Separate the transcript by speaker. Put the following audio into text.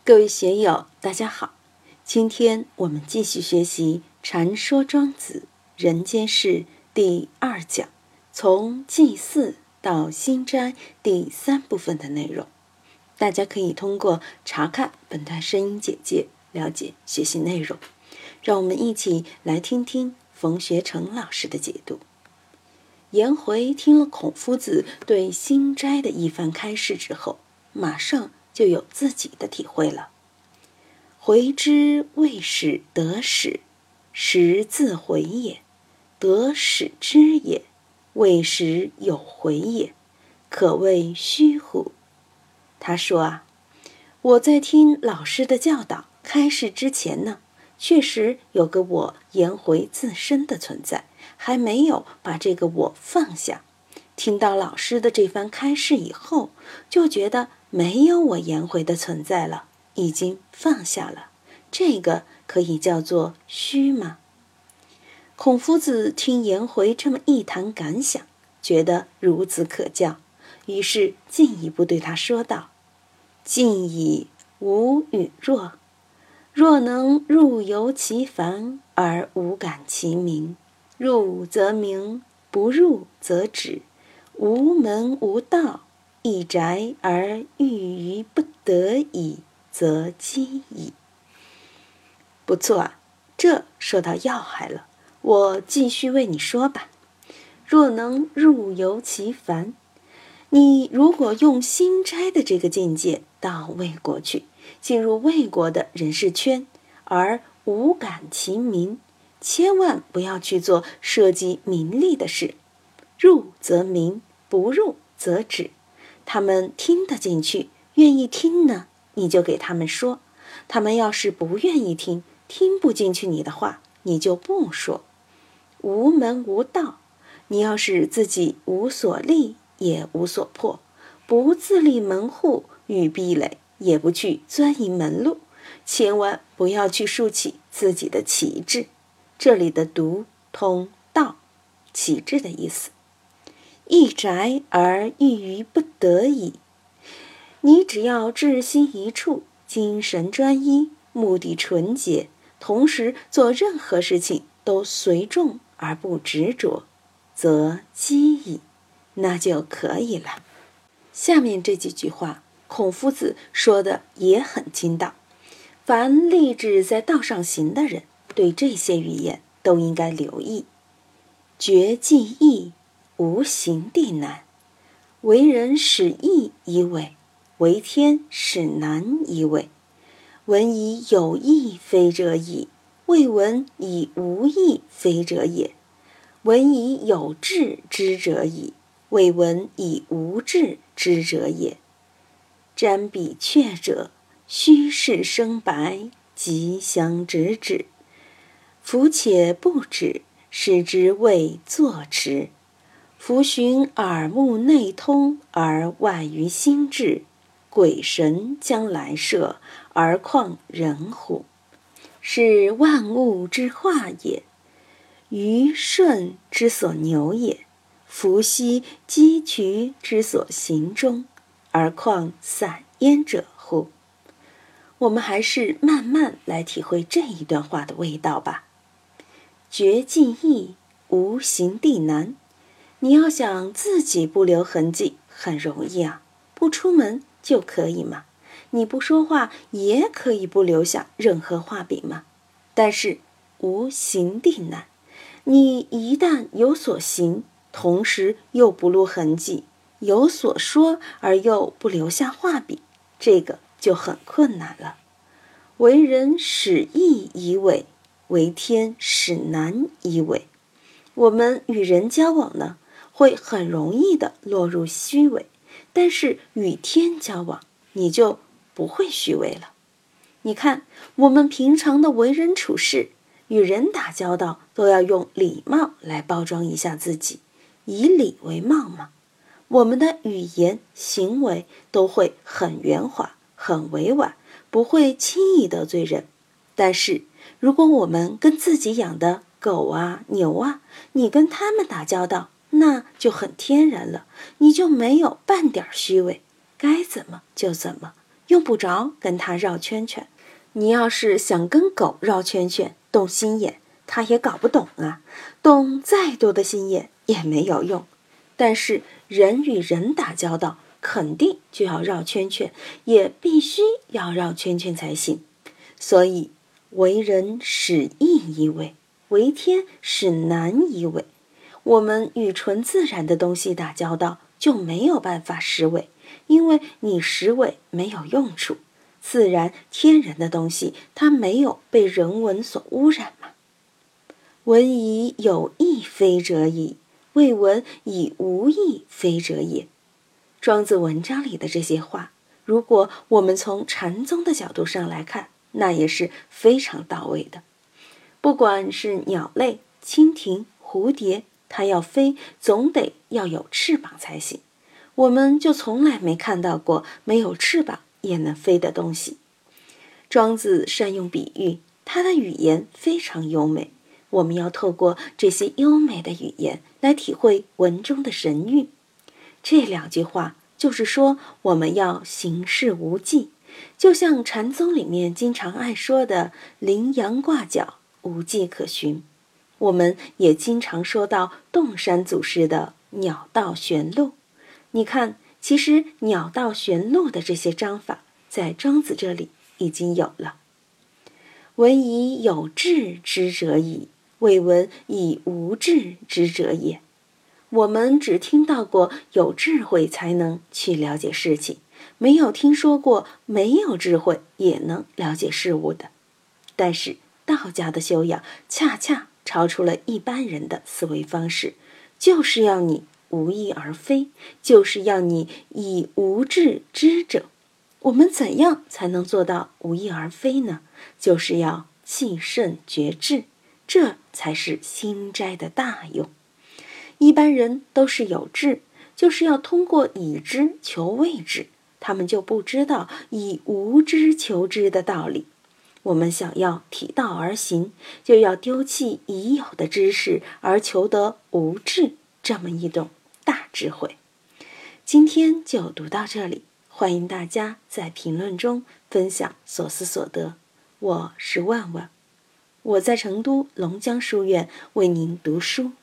Speaker 1: 各位学友，大家好！今天我们继续学习《禅说庄子人间世》第2讲，从祭祀到心斋第3部分的内容。大家可以通过查看本段声音简介了解学习内容。让我们一起来听听冯学成老师的解读。颜回听了孔夫子对心斋的一番开示之后，马上就有自己的体会了。回之未始得始，实自回也；得始之也，未始有回也，可谓虚乎？他说我在听老师的教导开示之前呢，确实有个我颜回自身的存在，还没有把这个我放下。听到老师的这番开示以后，就觉得没有我颜回的存在了，已经放下了。这个可以叫做虚吗？孔夫子听颜回这么一谈感想，觉得孺子可教，于是进一步对他说道：近矣，吾与若。若能入游其繁，而无感其名，入则明，不入则止，无门无道，一宅而寓于不得已，则几矣。不错这说到要害了，我继续为你说吧。若能入游其繁，你如果用心斋的这个境界到魏国去，进入魏国的人事圈，而无感其名，千万不要去做涉及名利的事。入则明，不入则止。他们听得进去，愿意听呢，你就给他们说；他们要是不愿意听，听不进去你的话，你就不说。无门无道，你要是自己无所立也无所破，不自立门户与壁垒，也不去钻营门路，千万不要去竖起自己的旗帜。这里的独通道，旗帜的意思。一宅而寓于不得已，你只要志心一处，精神专一，目的纯洁，同时做任何事情都随众而不执着，则几矣，那就可以了。下面这几句话，孔夫子说的也很精到，凡立志在道上行的人，对这些语言都应该留意。决计易，无形地难；为人使易以为，为天使难以为。闻以有义非者矣，未闻以无义非者也。闻以有志之者矣，未闻以无志之者也。瞻彼阙者，虚室生白，吉祥直指。夫且不止，使之谓坐持。夫寻耳目内通，而外于心志，鬼神将来设，而况人乎？是万物之化也，虞舜之所牛也，伏羲箕渠之所行中，而况散焉者乎？我们还是慢慢来体会这一段话的味道吧。决计易，无形地难。你要想自己不留痕迹，很容易啊，不出门就可以嘛。你不说话也可以不留下任何画笔嘛。但是无形地难，你一旦有所行，同时又不露痕迹，有所说而又不留下画笔，这个就很困难了。为人使易以伪，为天使难以伪。我们与人交往呢，会很容易的落入虚伪，但是与天交往，你就不会虚伪了。你看，我们平常的为人处事，与人打交道，都要用礼貌来包装一下自己，以礼为貌嘛。我们的语言、行为都会很圆滑、很委婉，不会轻易得罪人。但是，如果我们跟自己养的狗啊、牛啊，你跟他们打交道，那就很天然了，你就没有半点虚伪，该怎么就怎么， 用不着跟它绕圈圈。你要是想跟狗绕圈圈，动心眼，它也搞不懂啊，动再多的心眼也没有用。但是人与人打交道，肯定就要绕圈圈，也必须要绕圈圈才行。所以为人使义一为，为天使难一为。我们与纯自然的东西打交道，就没有办法实伪，因为你实伪没有用处。自然天然的东西，它没有被人文所污染嘛。闻以有义非者矣，未闻以无义非者也。庄子文章里的这些话，如果我们从禅宗的角度上来看，那也是非常到位的。不管是鸟类、蜻蜓、蝴蝶，它要飞总得要有翅膀才行，我们就从来没看到过没有翅膀也能飞的东西。庄子善用比喻，他的语言非常优美，我们要透过这些优美的语言来体会文中的神韵。这两句话就是说，我们要行事无忌，就像禅宗里面经常爱说的羚羊挂角，无迹可寻。我们也经常说到洞山祖师的鸟道玄露。你看，其实鸟道玄露的这些章法，在庄子这里已经有了。闻以有志之者矣，未闻以无志之者也。我们只听到过有智慧才能去了解事情，没有听说过没有智慧也能了解事物的。但是道家的修养恰恰超出了一般人的思维方式，就是要你无义而非，就是要你以无志之者。我们怎样才能做到无义而非呢？就是要气慎觉智，这才是心斋的大用。一般人都是有志，就是要通过以知求未知，他们就不知道以无知求知的道理。我们想要体道而行，就要丢弃已有的知识，而求得无智，这么一种大智慧。今天就读到这里，欢迎大家在评论中分享所思所得。我是万万，我在成都龙江书院为您读书。